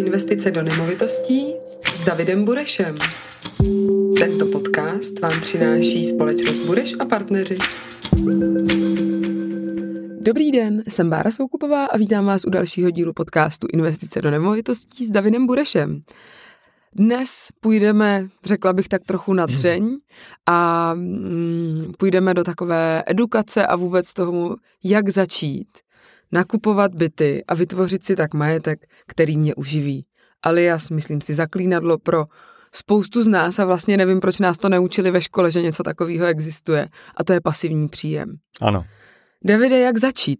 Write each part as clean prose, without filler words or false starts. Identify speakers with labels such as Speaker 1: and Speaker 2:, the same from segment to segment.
Speaker 1: Investice do nemovitostí s Davidem Burešem. Tento podcast vám přináší společnost Bureš a partneři. Dobrý den, jsem Bára Soukupová a vítám vás u dalšího dílu podcastu Investice do nemovitostí s Davidem Burešem. Dnes půjdeme, řekla bych tak trochu na dřeň a půjdeme do takové edukace a vůbec tomu, jak začít nakupovat byty a vytvořit si tak majetek, který mě uživí. Alias, myslím si, zaklínadlo pro spoustu z nás a vlastně nevím, proč nás to neučili ve škole, že něco takového existuje a to je pasivní příjem.
Speaker 2: Ano.
Speaker 1: Davide, jak začít?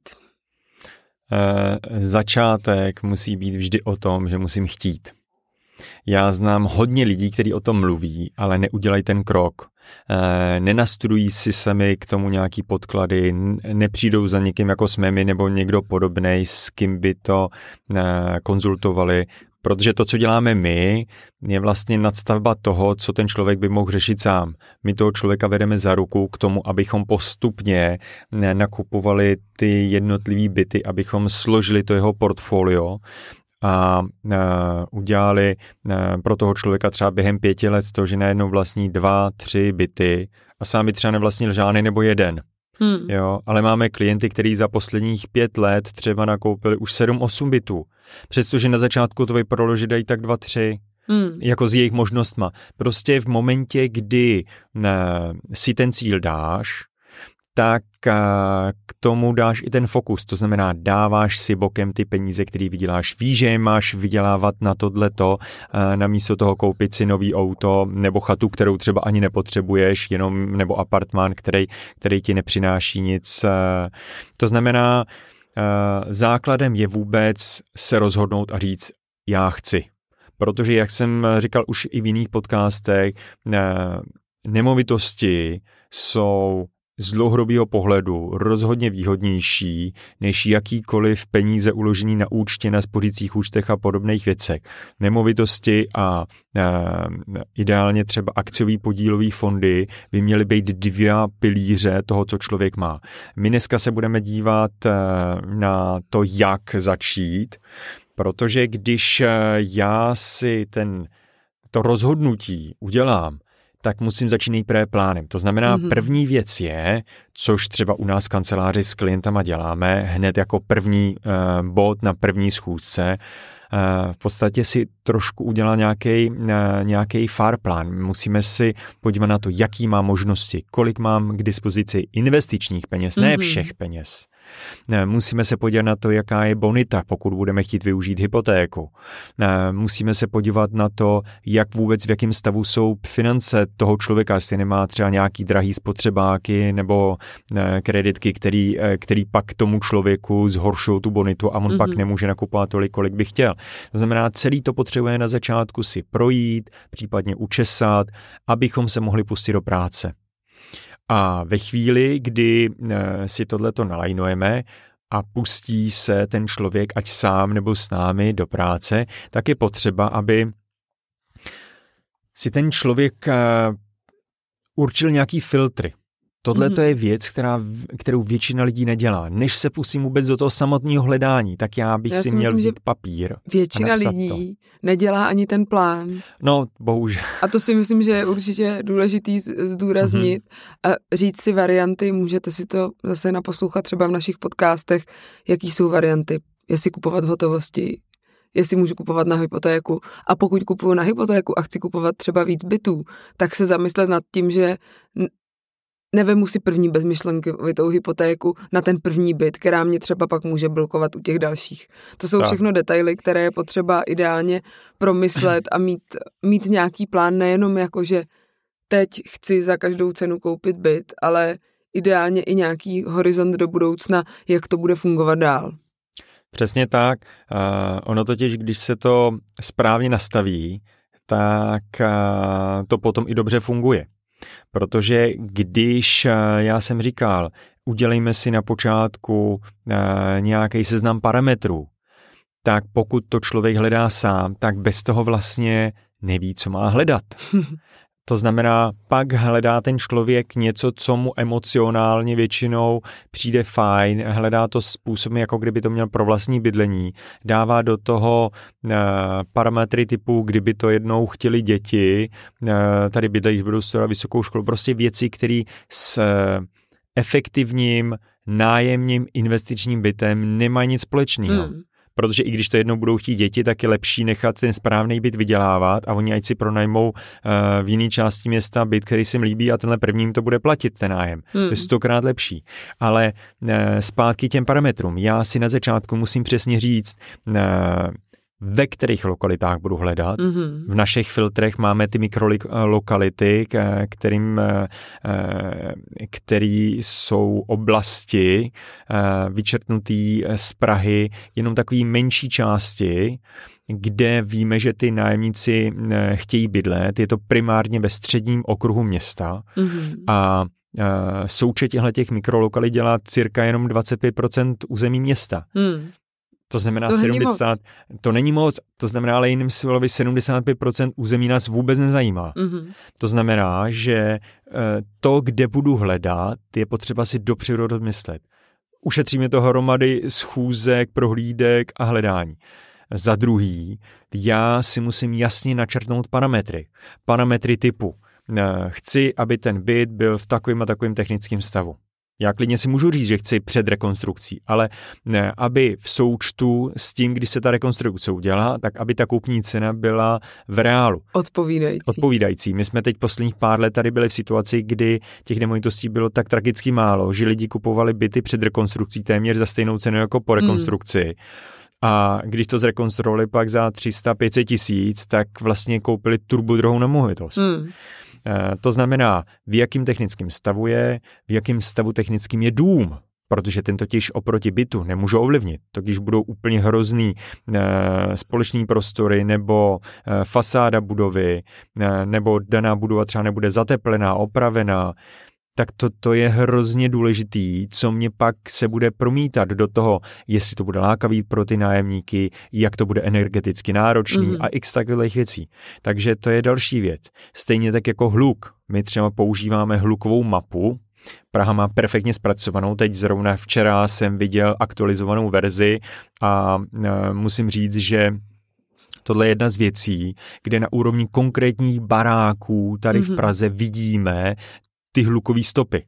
Speaker 2: Začátek musí být vždy o tom, že musím chtít. Já znám hodně lidí, kteří o tom mluví, ale neudělají ten krok. Nenastudují si sami k tomu nějaký podklady, nepřijdou za někým jako jsme my nebo někdo podobnej, s kým by to konzultovali, protože to, co děláme my, je vlastně nadstavba toho, co ten člověk by mohl řešit sám. My toho člověka vedeme za ruku k tomu, abychom postupně nakupovali ty jednotlivý byty, abychom složili to jeho portfolio a udělali pro toho člověka třeba během 5 let to, že najednou vlastní 2, 3 byty a sám by třeba nevlastnil žádný nebo jeden. Jo, ale máme klienty, kteří za posledních 5 let třeba nakoupili už 7-8 bytů. Přestože na začátku to vypadalo, že dají tak 2-3, jako s jejich možnostma. Prostě v momentě, kdy si ten cíl dáš, tak k tomu dáš i ten fokus, to znamená dáváš si bokem ty peníze, který vyděláš. Víš, že je máš vydělávat na tohleto, namísto toho koupit si nový auto nebo chatu, kterou třeba ani nepotřebuješ, jenom nebo apartmán, který ti nepřináší nic. To znamená, základem je vůbec se rozhodnout a říct, já chci. Protože, jak jsem říkal už i v jiných podcastech, nemovitosti jsou z dlouhodobého pohledu rozhodně výhodnější než jakýkoliv peníze uložený na účtě, na spořících účtech a podobných věcech. Nemovitosti a ideálně třeba akciový podílový fondy by měly být 2 pilíře toho, co člověk má. My dneska se budeme dívat na to, jak začít, protože když já si to rozhodnutí udělám, tak musím začít nejprve plánem. To znamená, první věc je, což třeba u nás v kanceláři s klientama děláme, hned jako první bod na první schůzce, v podstatě si trošku udělat nějaký farplán. Musíme si podívat na to, jaký má možnosti, kolik mám k dispozici investičních peněz, ne všech peněz. Musíme se podívat na to, jaká je bonita, pokud budeme chtít využít hypotéku. Musíme se podívat na to, jak vůbec v jakém stavu jsou finance toho člověka, jestli nemá třeba nějaký drahý spotřebáky nebo kreditky, který pak tomu člověku zhoršují tu bonitu a on pak nemůže nakupovat tolik, kolik by chtěl. To znamená, celý to potřebuje na začátku si projít, případně učesat, abychom se mohli pustit do práce. A ve chvíli, kdy si tohleto nalajnujeme a pustí se ten člověk, ať sám nebo s námi do práce, tak je potřeba, aby si ten člověk určil nějaký filtry. Tohle to je věc, kterou většina lidí nedělá. Než se pustím vůbec do toho samotného hledání, tak já bych si měl vzít papír.
Speaker 1: Většina lidí nedělá ani ten plán.
Speaker 2: No, bohužel.
Speaker 1: A to si myslím, že je určitě důležitý zdůraznit a říct si varianty. Můžete si to zase naposlouchat třeba v našich podcastech, jaký jsou varianty. Jestli kupovat v hotovosti, jestli můžu kupovat na hypotéku. A pokud kupuju na hypotéku a chci kupovat třeba víc bytů, tak se zamyslet nad tím, že nevemu si první bezmyšlenkovitou hypotéku na ten první byt, která mě třeba pak může blokovat u těch dalších. To jsou všechno detaily, které je potřeba ideálně promyslet a mít nějaký plán, nejenom jako, že teď chci za každou cenu koupit byt, ale ideálně i nějaký horizont do budoucna, jak to bude fungovat dál.
Speaker 2: Přesně tak. Ono totiž, když se to správně nastaví, tak to potom i dobře funguje. Protože když, já jsem říkal, udělejme si na počátku nějaký seznam parametrů, tak pokud to člověk hledá sám, tak bez toho vlastně neví, co má hledat. To znamená, pak hledá ten člověk něco, co mu emocionálně většinou přijde fajn, hledá to způsobem, jako kdyby to měl pro vlastní bydlení, dává do toho parametry typu, kdyby to jednou chtěli děti, tady bydlejí, budou studovat vysokou školu, prostě věci, které s efektivním nájemním investičním bytem nemají nic společného. Protože i když to jednou budou chtít děti, tak je lepší nechat ten správný byt vydělávat a oni ať si pronajmou v jiné části města byt, který se jim líbí a tenhle prvním to bude platit ten nájem. To je 100krát lepší. Ale zpátky těm parametrům. Já si na začátku musím přesně říct, ve kterých lokalitách budu hledat. V našich filtrech máme ty mikrolokality, který jsou oblasti vyčerpnutý z Prahy, jenom takový menší části, kde víme, že ty nájemníci chtějí bydlet. Je to primárně ve středním okruhu města a součet těch mikrolokalit dělá cirka jenom 25% území města. To znamená
Speaker 1: to
Speaker 2: 70, to není moc, to znamená, ale jiným slovy 75% území nás vůbec nezajímá. To znamená, že to, kde budu hledat, je potřeba si dopředu rozmyslet. Ušetříme to hromady schůzek, prohlídek a hledání. Za druhý, já si musím jasně načrtnout parametry. Parametry typu, chci, aby ten byt byl v takovém a takovém technickém stavu. Já klidně si můžu říct, že chci před rekonstrukcí, ale ne, aby v součtu s tím, když se ta rekonstrukce udělá, tak aby ta kupní cena byla v reálu. Odpovídající. My jsme teď posledních pár let tady byli v situaci, kdy těch nemovitostí bylo tak tragicky málo, že lidi kupovali byty před rekonstrukcí téměř za stejnou cenu jako po rekonstrukci. A když to zrekonstruovali pak za 300-500 tisíc, tak vlastně koupili turbodrahou nemovitost. To znamená, v jakým technickém stavu je, v jakém stavu technickým je dům, protože ten totiž oproti bytu nemůžu ovlivnit. To když budou úplně hrozný společný prostory nebo fasáda budovy, nebo daná budova třeba nebude zateplená, opravená, tak to je hrozně důležitý, co mě pak se bude promítat do toho, jestli to bude lákavý pro ty nájemníky, jak to bude energeticky náročný a x takových věcí. Takže to je další věc. Stejně tak jako hluk. My třeba používáme hlukovou mapu. Praha má perfektně zpracovanou, teď zrovna včera jsem viděl aktualizovanou verzi a musím říct, že tohle je jedna z věcí, kde na úrovni konkrétních baráků tady v Praze vidíme ty hlukové stopy.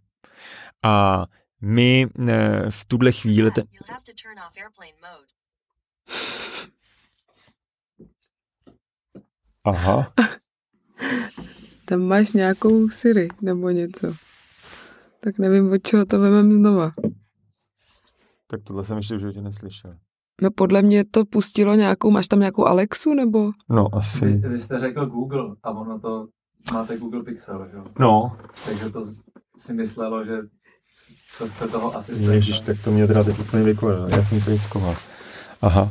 Speaker 2: A my v tuhle chvíli... Aha.
Speaker 1: Tam máš nějakou Siri nebo něco. Tak nevím, od čeho to vemem znova.
Speaker 2: Tak tohle jsem ještě v životě neslyšel.
Speaker 1: No podle mě to pustilo nějakou, máš tam nějakou Alexu nebo?
Speaker 2: No asi.
Speaker 3: Vy jste řekl Google a ono to... Máte Google Pixel, jo?
Speaker 2: No.
Speaker 3: Takže to si myslelo, že to chce toho asistenta.
Speaker 2: Ježiš, tak to mě teda teď úplně vykolil. Já jsem to vždyckoval. Aha.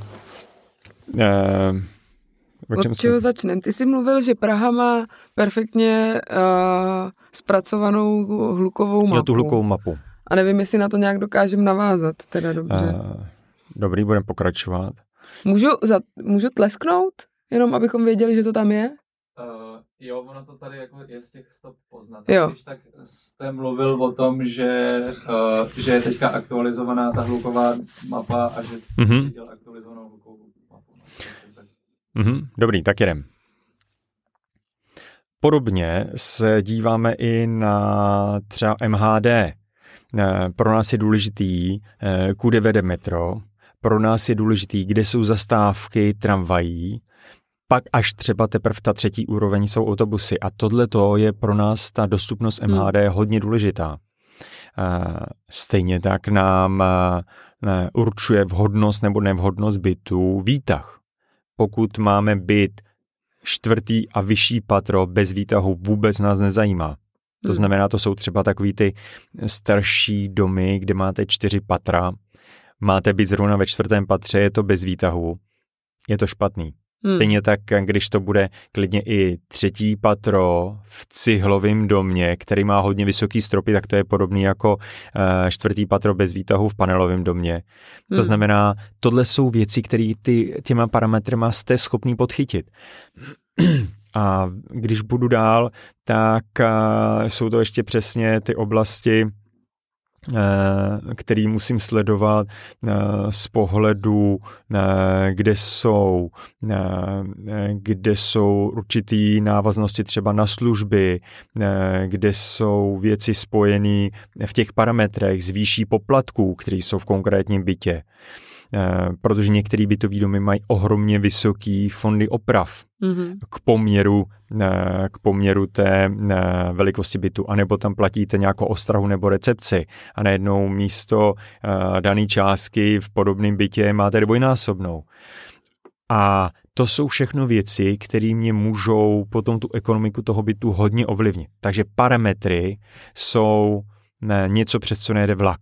Speaker 1: Od čeho začnem? Ty jsi mluvil, že Praha má perfektně zpracovanou hlukovou mapu.
Speaker 2: Jo, tu hlukovou mapu.
Speaker 1: A nevím, jestli na to nějak dokážem navázat, teda dobře.
Speaker 2: Dobrý, budeme pokračovat.
Speaker 1: Můžu tlesknout? Jenom abychom věděli, že to tam je?
Speaker 3: Jo, ono to tady jako je z těch stop poznat.
Speaker 1: Když
Speaker 3: tak jste mluvil o tom, že je teďka aktualizovaná ta hluková mapa a že jste viděl aktualizovanou hlukovou mapu.
Speaker 2: Dobrý, tak jedem. Podobně se díváme i na třeba MHD. Pro nás je důležitý, kudy vede metro. Pro nás je důležitý, kde jsou zastávky tramvají. Pak až třeba teprve ta třetí úroveň jsou autobusy. A tohleto je pro nás ta dostupnost MHD hodně důležitá. Stejně tak nám určuje vhodnost nebo nevhodnost bytu výtah. Pokud máme byt 4. a vyšší patro bez výtahu, vůbec nás nezajímá. To znamená, to jsou třeba takový ty starší domy, kde máte 4 patra, máte byt zrovna ve 4. patře, je to bez výtahu, je to špatný. Stejně tak, když to bude klidně i 3. patro v cihlovém domě, který má hodně vysoký stropy, tak to je podobný jako 4. patro bez výtahu v panelovém domě. To znamená, tohle jsou věci, které těma parametry jste schopný podchytit. A když budu dál, tak jsou to ještě přesně ty oblasti, který musím sledovat z pohledu, kde jsou určitý návaznosti třeba na služby, kde jsou věci spojené v těch parametrech s výší poplatků, které jsou v konkrétním bytě. Protože některé bytové domy mají ohromně vysoký fondy oprav k poměru té velikosti bytu, anebo tam platíte nějakou ostrahu nebo recepci a najednou místo dané částky v podobném bytě máte dvojnásobnou. A to jsou všechno věci, které mě můžou potom tu ekonomiku toho bytu hodně ovlivnit. Takže parametry jsou něco, přes co nejde vlak.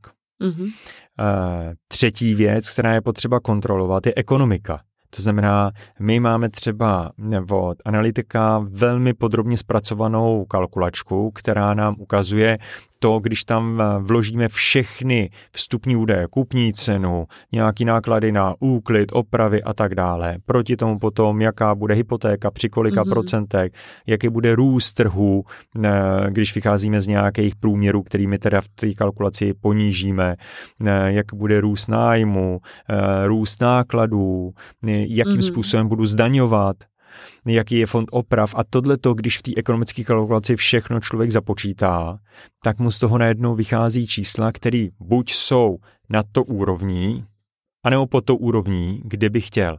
Speaker 2: Třetí věc, která je potřeba kontrolovat, je ekonomika. To znamená, my máme třeba od analytika velmi podrobně zpracovanou kalkulačku, která nám ukazuje to, když tam vložíme všechny vstupní údaje, kupní cenu, nějaký náklady na úklid, opravy a tak dále. Proti tomu potom, jaká bude hypotéka, při kolika procentech, jaký bude růst trhu, když vycházíme z nějakých průměrů, kterými teda v té kalkulaci ponížíme, jak bude růst nájmu, růst nákladů, jakým způsobem budu zdaňovat, jaký je fond oprav a tohleto, když v té ekonomické kalkulaci všechno člověk započítá, tak mu z toho najednou vychází čísla, které buď jsou na to úrovní, anebo pod to úrovní, kde bych chtěl.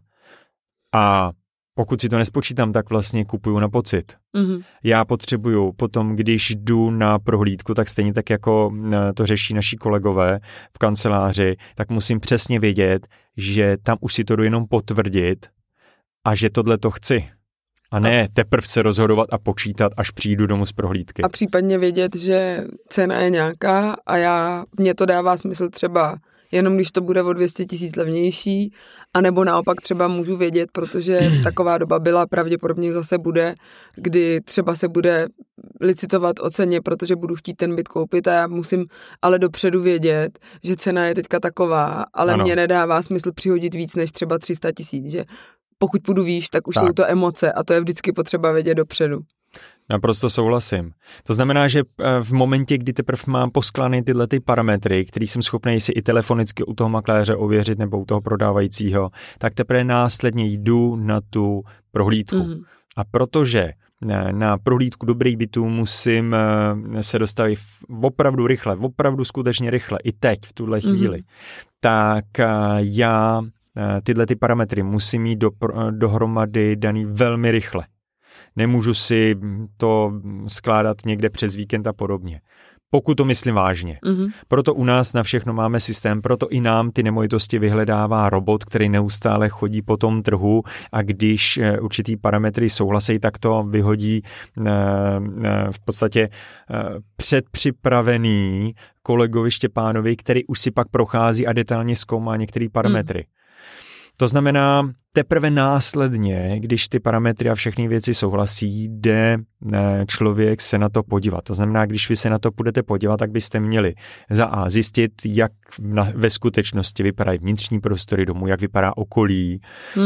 Speaker 2: A pokud si to nespočítám, tak vlastně kupuju na pocit. Já potřebuju potom, když jdu na prohlídku, tak stejně tak jako to řeší naši kolegové v kanceláři, tak musím přesně vědět, že tam už si to jdu jenom potvrdit a že tohle to chci. A ne teprve se rozhodovat a počítat, až přijdu domů z prohlídky.
Speaker 1: A případně vědět, že cena je nějaká a mně to dává smysl třeba jenom když to bude o 200 000 levnější, anebo naopak třeba můžu vědět, protože taková doba byla, pravděpodobně zase bude, kdy třeba se bude licitovat o ceně, protože budu chtít ten byt koupit a já musím ale dopředu vědět, že cena je teďka taková, ale mně nedává smysl přihodit víc než třeba 300 000, že pokud půjdu výš, tak už jsou to emoce a to je vždycky potřeba vědět dopředu.
Speaker 2: Naprosto souhlasím. To znamená, že v momentě, kdy teprve mám posklány tyhle ty parametry, který jsem schopný si i telefonicky u toho makléře ověřit nebo u toho prodávajícího, tak teprve následně jdu na tu prohlídku. A protože na prohlídku dobrých bytů musím se dostavit opravdu rychle, opravdu skutečně rychle, i teď, v tuhle chvíli, tak já tyhle ty parametry musím mít dohromady daný velmi rychle. Nemůžu si to skládat někde přes víkend a podobně. Pokud to myslím vážně. Proto u nás na všechno máme systém, proto i nám ty nemovitosti vyhledává robot, který neustále chodí po tom trhu a když určitý parametry souhlasí, tak to vyhodí v podstatě předpřipravený kolegovi Štěpánovi, který už si pak prochází a detailně zkoumá některé parametry. To znamená, teprve následně, když ty parametry a všechny věci souhlasí, jde člověk se na to podívat. To znamená, když vy se na to půjdete podívat, tak byste měli za A zjistit, jak ve skutečnosti vypadají vnitřní prostory domu, jak vypadá okolí,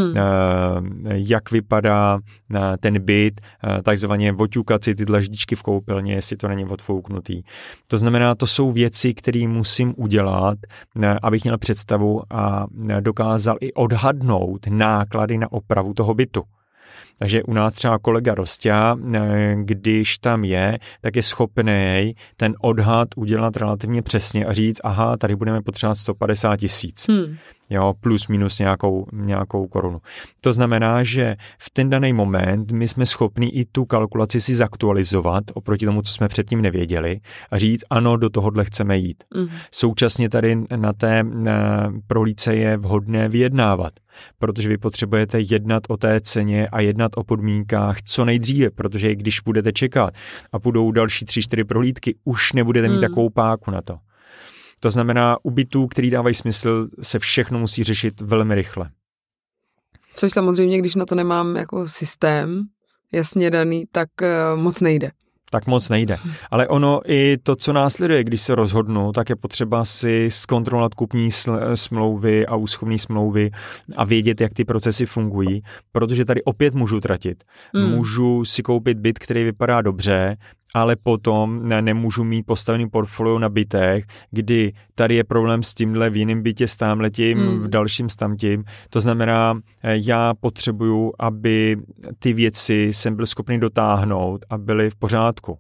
Speaker 2: jak vypadá ten byt, takzvaně oťukat si ty dlaždičky v koupelně, jestli to není odfouknutý. To znamená, to jsou věci, které musím udělat, abych měl představu a dokázal i odhadnout náklady na opravu toho bytu. Takže u nás třeba kolega Rostia, když tam je, tak je schopný ten odhad udělat relativně přesně a říct, aha, tady budeme potřebovat 150 000. Jo, plus minus nějakou korunu. To znamená, že v ten daný moment my jsme schopni i tu kalkulaci si zaktualizovat oproti tomu, co jsme předtím nevěděli a říct, ano, do tohohle chceme jít. Současně tady na té prohlídce je vhodné vyjednávat, protože vy potřebujete jednat o té ceně a jednat o podmínkách co nejdříve, protože když budete čekat a budou další 3-4 prohlídky, už nebudete mít takovou páku na to. To znamená, u bytů, který dávají smysl, se všechno musí řešit velmi rychle.
Speaker 1: Což samozřejmě, když na to nemám jako systém jasně daný, tak moc nejde.
Speaker 2: tak moc nejde. Ale ono i to, co následuje, když se rozhodnu, tak je potřeba si zkontrolovat kupní smlouvy a úschovní smlouvy a vědět, jak ty procesy fungují, protože tady opět můžu tratit. Můžu si koupit byt, který vypadá dobře, ale potom nemůžu mít postavený portfolio na bytech, kdy tady je problém s tímhle v jiném bytě, s támhletím, v dalším s tamtím. To znamená, já potřebuju, aby ty věci jsem byl schopný dotáhnout a byly v pořádku.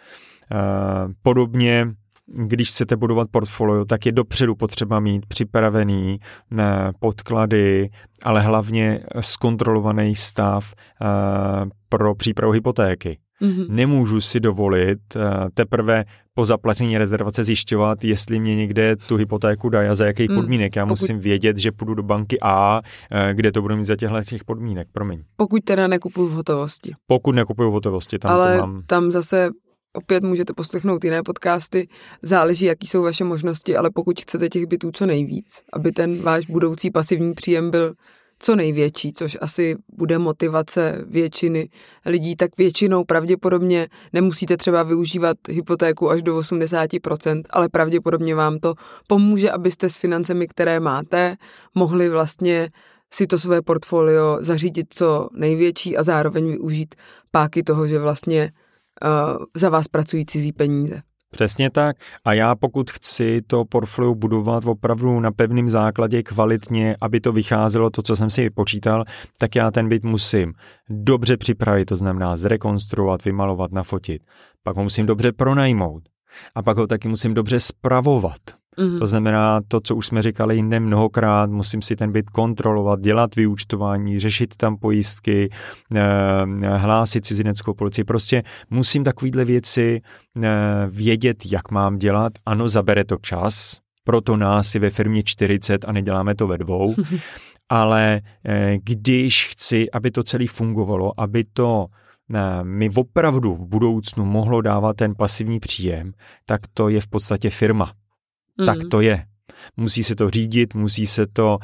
Speaker 2: Podobně, když chcete budovat portfolio, tak je dopředu potřeba mít připravený podklady, ale hlavně zkontrolovaný stav pro přípravu hypotéky. Nemůžu si dovolit teprve po zaplacení rezervace zjišťovat, jestli mě někde tu hypotéku dají a za jakých podmínek. Já musím vědět, že půjdu do banky A, kde to budu mít za těch podmínek. Promiň.
Speaker 1: Pokud teda nekupuju v hotovosti.
Speaker 2: Pokud nekupuju v hotovosti, tam
Speaker 1: ale
Speaker 2: to mám.
Speaker 1: Tam zase opět můžete poslechnout jiné podcasty, záleží, jaký jsou vaše možnosti, ale pokud chcete těch bytů co nejvíc, aby ten váš budoucí pasivní příjem byl co největší, což asi bude motivace většiny lidí, tak většinou pravděpodobně nemusíte třeba využívat hypotéku až do 80%, ale pravděpodobně vám to pomůže, abyste s financemi, které máte, mohli vlastně si to své portfolio zařídit co největší a zároveň využít páky toho, že vlastně za vás pracují cizí peníze.
Speaker 2: Přesně tak. A já pokud chci to portfolio budovat opravdu na pevném základě kvalitně, aby to vycházelo to, co jsem si vypočítal, tak já ten byt musím dobře připravit, to znamená zrekonstruovat, vymalovat, nafotit. Pak ho musím dobře pronajmout. A pak ho taky musím dobře spravovat. To znamená to, co už jsme říkali jinde mnohokrát, musím si ten byt kontrolovat, dělat vyúčtování, řešit tam pojistky, hlásit cizineckou policii. Prostě musím takovýhle věci vědět, jak mám dělat. Ano, zabere to čas, proto nás je ve firmě 40 a neděláme to ve 2. Ale když chci, aby to celé fungovalo, aby to mi opravdu v budoucnu mohlo dávat ten pasivní příjem, tak to je v podstatě firma. Tak to je. Musí se to řídit, musí se to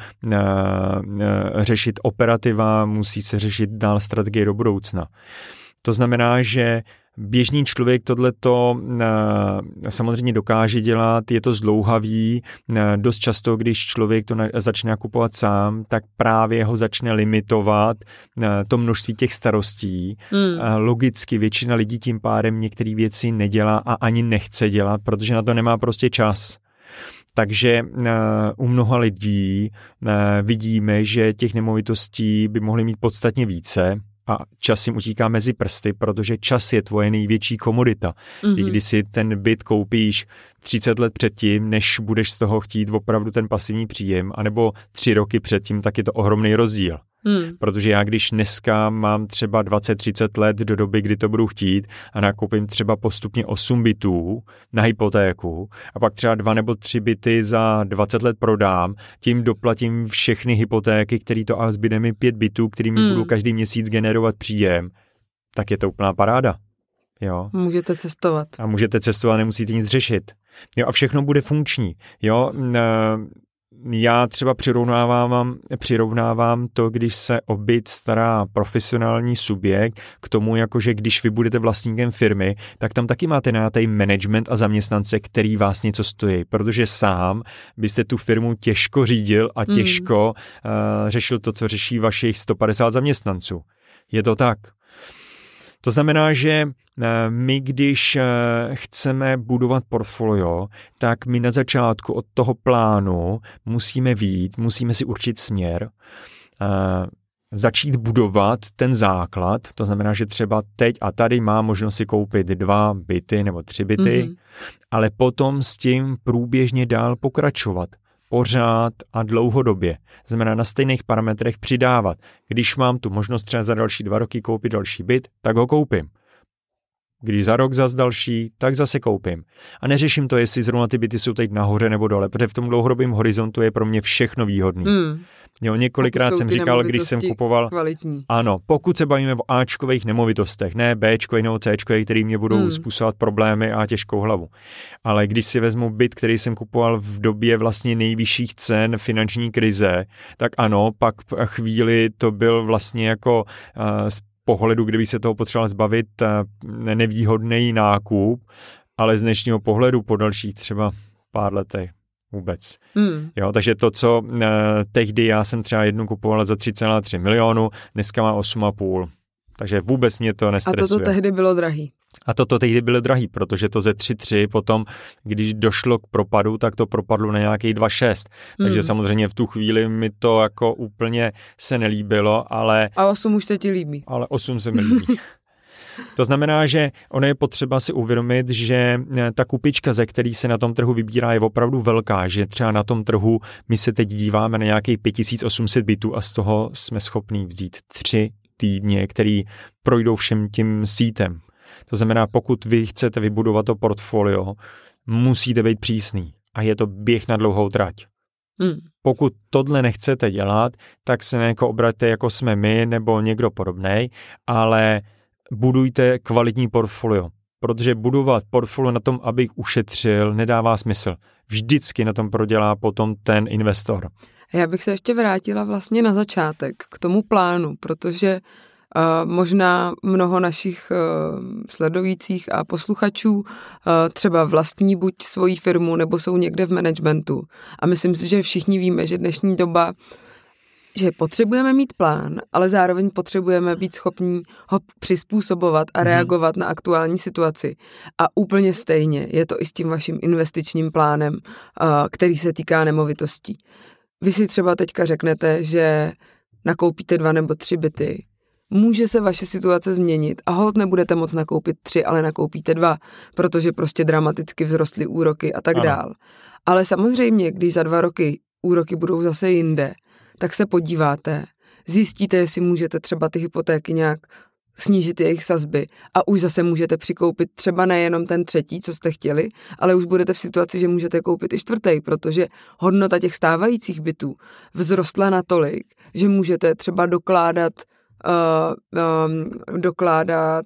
Speaker 2: řešit operativa, musí se řešit dál strategie do budoucna. To znamená, že běžný člověk tohleto samozřejmě dokáže dělat, je to zdlouhavý, dost často, když člověk to začne kupovat sám, tak právě ho začne limitovat to množství těch starostí. Logicky většina lidí tím pádem některé věci nedělá a ani nechce dělat, protože na to nemá prostě čas. Takže u mnoha lidí vidíme, že těch nemovitostí by mohly mít podstatně více a čas jim utíká mezi prsty, protože čas je tvoje největší komodita. I když si ten byt koupíš 30 let předtím, než budeš z toho chtít opravdu ten pasivní příjem, anebo 3 roky předtím, tak je to ohromný rozdíl. Protože já když dneska mám třeba 20-30 let do doby, kdy to budu chtít a nakoupím třeba postupně 8 bytů na hypotéku a pak třeba 2 nebo 3 byty za 20 let prodám, tím doplatím všechny hypotéky, který to a zbyde mi 5 bytů, kterými budu každý měsíc generovat příjem, tak je to úplná paráda. Jo.
Speaker 1: Můžete cestovat.
Speaker 2: A můžete cestovat, nemusíte nic řešit. Jo, a všechno bude funkční. Jo, já třeba přirovnávám to, když se o byt stará profesionální subjekt k tomu, jakože když vy budete vlastníkem firmy, tak tam taky máte nějaký management a zaměstnance, který vás něco stojí, protože sám byste tu firmu těžko řídil a těžko řešil to, co řeší vašich 150 zaměstnanců. Je to tak. To znamená, že my, když chceme budovat portfolio, tak my na začátku od toho plánu musíme vyjít, musíme si určit směr, začít budovat ten základ, to znamená, že třeba teď a tady má možnost si koupit 2 byty nebo 3 byty, ale potom s tím průběžně dál pokračovat. Pořád a dlouhodobě. Znamená na stejných parametrech přidávat. Když mám tu možnost třeba za další 2 roky koupit další byt, tak ho koupím. Když za rok zas další, tak zase koupím. A neřeším to, jestli zrovna ty byty jsou teď nahoře nebo dole, protože v tom dlouhodobém horizontu je pro mě všechno výhodný. Jo, několikrát jsem říkal, když jsem kupoval...
Speaker 1: Kvalitní.
Speaker 2: Ano, pokud se bavíme o Ačkových nemovitostech, ne Bčkových nebo Cčkových, který mě budou způsobovat problémy a těžkou hlavu. Ale když si vezmu byt, který jsem kupoval v době vlastně nejvyšších cen finanční krize, tak ano, pak chvíli to byl vlastně jako pohledu, kdyby se toho potřeboval zbavit, nevýhodný nákup, ale z dnešního pohledu po dalších třeba pár letech vůbec. Jo, takže to, co tehdy já jsem třeba jednu kupoval za 3,3 milionu, dneska má 8,5. Takže vůbec mě to nestresuje.
Speaker 1: A toto tehdy bylo drahý.
Speaker 2: A toto tehdy bylo drahý, protože to ze 3,3 potom, když došlo k propadu, tak to propadlo na nějaký 2,6. Takže samozřejmě v tu chvíli mi to jako úplně se nelíbilo, ale...
Speaker 1: A 8 už se ti líbí.
Speaker 2: Ale 8 se mi líbí. To znamená, že ono je potřeba si uvědomit, že ta kupička, ze který se na tom trhu vybírá, je opravdu velká, že třeba na tom trhu my se teď díváme na nějakých 5800 bitů a z toho jsme schopní vzít 3 týdně, který projdou všem tím sítem. To znamená, pokud vy chcete vybudovat to portfolio, musíte být přísný a je to běh na dlouhou trať. Pokud tohle nechcete dělat, tak se jako obraťte, jako jsme my nebo někdo podobnej, ale budujte kvalitní portfolio, protože budovat portfolio na tom, abych ušetřil, nedává smysl. Vždycky na tom prodělá potom ten investor.
Speaker 1: Já bych se ještě vrátila vlastně na začátek k tomu plánu, protože možná mnoho našich sledujících a posluchačů třeba vlastní buď svoji firmu, nebo jsou někde v managementu. A myslím si, že všichni víme, že dnešní doba, že potřebujeme mít plán, ale zároveň potřebujeme být schopní ho přizpůsobovat a reagovat na aktuální situaci. A úplně stejně je to i s tím vaším investičním plánem, který se týká nemovitostí. Vy si třeba teďka řeknete, že nakoupíte 2 nebo 3 byty. Může se vaše situace změnit a holt nebudete moct nakoupit 3, ale nakoupíte 2, protože prostě dramaticky vzrostly úroky a tak dál. Ale samozřejmě, když za 2 roky úroky budou zase jinde, tak se podíváte, zjistíte, jestli můžete třeba ty hypotéky nějak snížit jejich sazby a už zase můžete přikoupit třeba nejenom ten 3., co jste chtěli, ale už budete v situaci, že můžete koupit i 4., protože hodnota těch stávajících bytů vzrostla natolik, že můžete třeba dokládat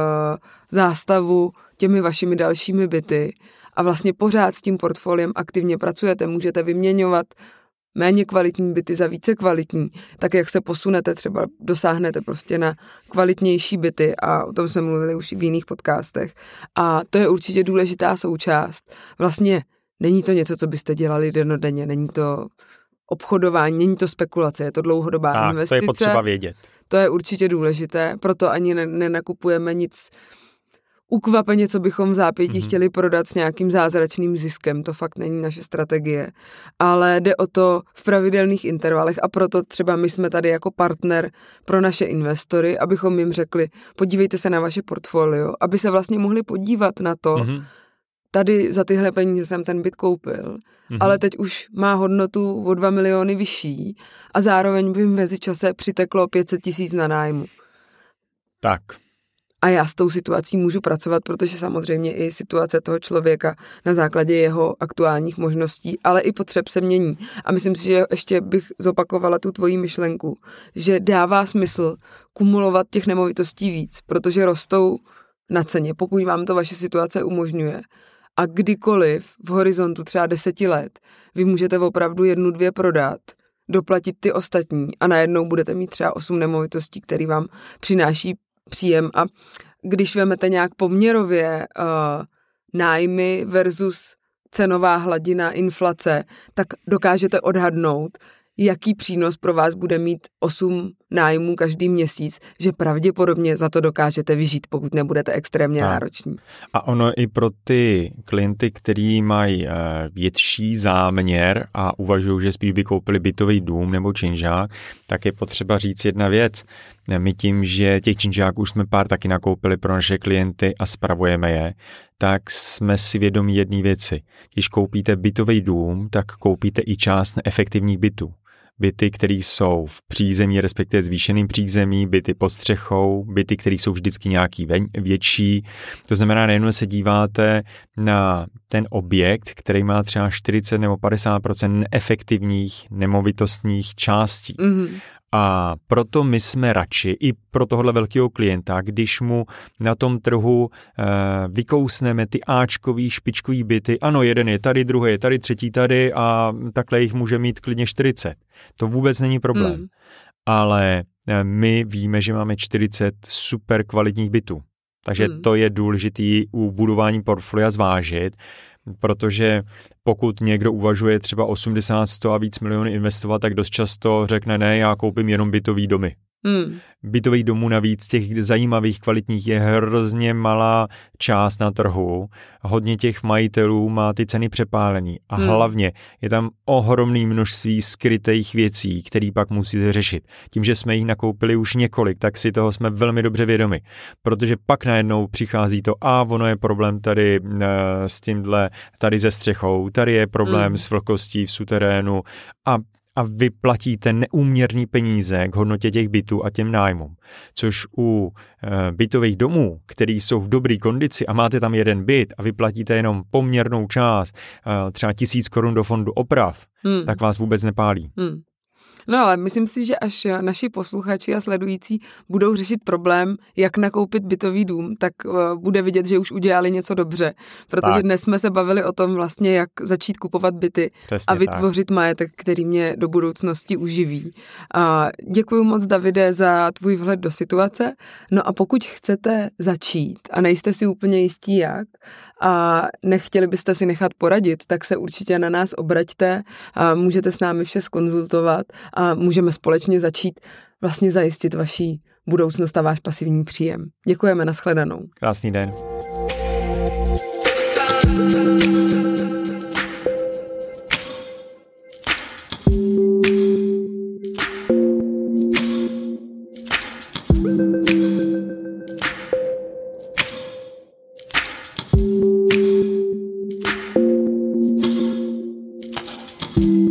Speaker 1: zástavu těmi vašimi dalšími byty a vlastně pořád s tím portfoliem aktivně pracujete, můžete vyměňovat méně kvalitní byty za více kvalitní, tak jak se posunete, třeba dosáhnete prostě na kvalitnější byty a o tom jsme mluvili už i v jiných podcastech. A to je určitě důležitá součást. Vlastně není to něco, co byste dělali dennodenně, není to obchodování, není to spekulace, je to dlouhodobá investice.
Speaker 2: To je potřeba vědět.
Speaker 1: To je určitě důležité, proto ani nenakupujeme nic ukvapeně, co bychom v zápětí chtěli prodat s nějakým zázračným ziskem. To fakt není naše strategie. Ale jde o to v pravidelných intervalech a proto třeba my jsme tady jako partner pro naše investory, abychom jim řekli, podívejte se na vaše portfolio, aby se vlastně mohli podívat na to, tady za tyhle peníze jsem ten byt koupil, ale teď už má hodnotu o 2 miliony vyšší a zároveň by v mezičase přiteklo 500 000 na nájmu.
Speaker 2: Tak.
Speaker 1: A já s tou situací můžu pracovat, protože samozřejmě i situace toho člověka na základě jeho aktuálních možností, ale i potřeb se mění. A myslím si, že ještě bych zopakovala tu tvoji myšlenku, že dává smysl kumulovat těch nemovitostí víc, protože rostou na ceně, pokud vám to vaše situace umožňuje. A kdykoliv v horizontu třeba 10 let vy můžete opravdu 1, 2 prodat, doplatit ty ostatní a najednou budete mít třeba 8 nemovitostí, které vám přináší příjem. A když vezmete nějak poměrově nájmy versus cenová hladina inflace, tak dokážete odhadnout, jaký přínos pro vás bude mít 8 nájmů každý měsíc, že pravděpodobně za to dokážete vyžít, pokud nebudete extrémně nároční.
Speaker 2: A ono i pro ty klienty, kteří mají větší záměr a uvažují, že spíš by koupili bytový dům nebo činžák, tak je potřeba říct jedna věc. My tím, že těch činžáků už jsme pár taky nakoupili pro naše klienty a spravujeme je, tak jsme si vědomí jedné věci. Když koupíte bytový dům, tak koupíte i část neefektivních bytů. Byty, které jsou v přízemí, respektive zvýšeným přízemí, byty pod střechou, byty, které jsou vždycky nějaký větší. To znamená, nejen se díváte na ten objekt, který má třeba 40 nebo 50% neefektivních nemovitostních částí. A proto my jsme radši i pro tohle velkého klienta, když mu na tom trhu vykousneme ty áčkový, špičkový byty, ano, jeden je tady, druhý je tady, třetí tady a takhle jich může mít klidně 40. To vůbec není problém. Ale my víme, že máme 40 super kvalitních bytů. Takže to je důležitý u budování portfolia zvážit, protože pokud někdo uvažuje třeba 80, 100 a víc milionů investovat, tak dost často řekne ne, já koupím jenom bytový domy. Bytových domů navíc, těch zajímavých, kvalitních je hrozně malá část na trhu. Hodně těch majitelů má ty ceny přepálený a hlavně je tam ohromné množství skrytých věcí, které pak musíte řešit. Tím, že jsme jich nakoupili už několik, tak si toho jsme velmi dobře vědomi. Protože pak najednou přichází to ono je problém tady s tímhle, tady se střechou, tady je problém s vlhkostí v suterénu a vy platíte neúměrný peníze k hodnotě těch bytů a těm nájmům. Což u bytových domů, který jsou v dobré kondici a máte tam jeden byt a vy platíte jenom poměrnou část, třeba 1000 korun do fondu oprav, tak vás vůbec nepálí.
Speaker 1: No ale myslím si, že až naši posluchači a sledující budou řešit problém, jak nakoupit bytový dům, tak bude vidět, že už udělali něco dobře. Protože dnes jsme se bavili o tom vlastně, jak začít kupovat byty. Přesně a vytvořit majetek, který mě do budoucnosti uživí. Děkuji moc, Davide, za tvůj vhled do situace. No a pokud chcete začít a nejste si úplně jistí jak, a nechtěli byste si nechat poradit, tak se určitě na nás obraťte a můžete s námi vše zkonzultovat a můžeme společně začít vlastně zajistit vaši budoucnost a váš pasivní příjem. Děkujeme, nashledanou.
Speaker 2: Krásný den.
Speaker 4: you.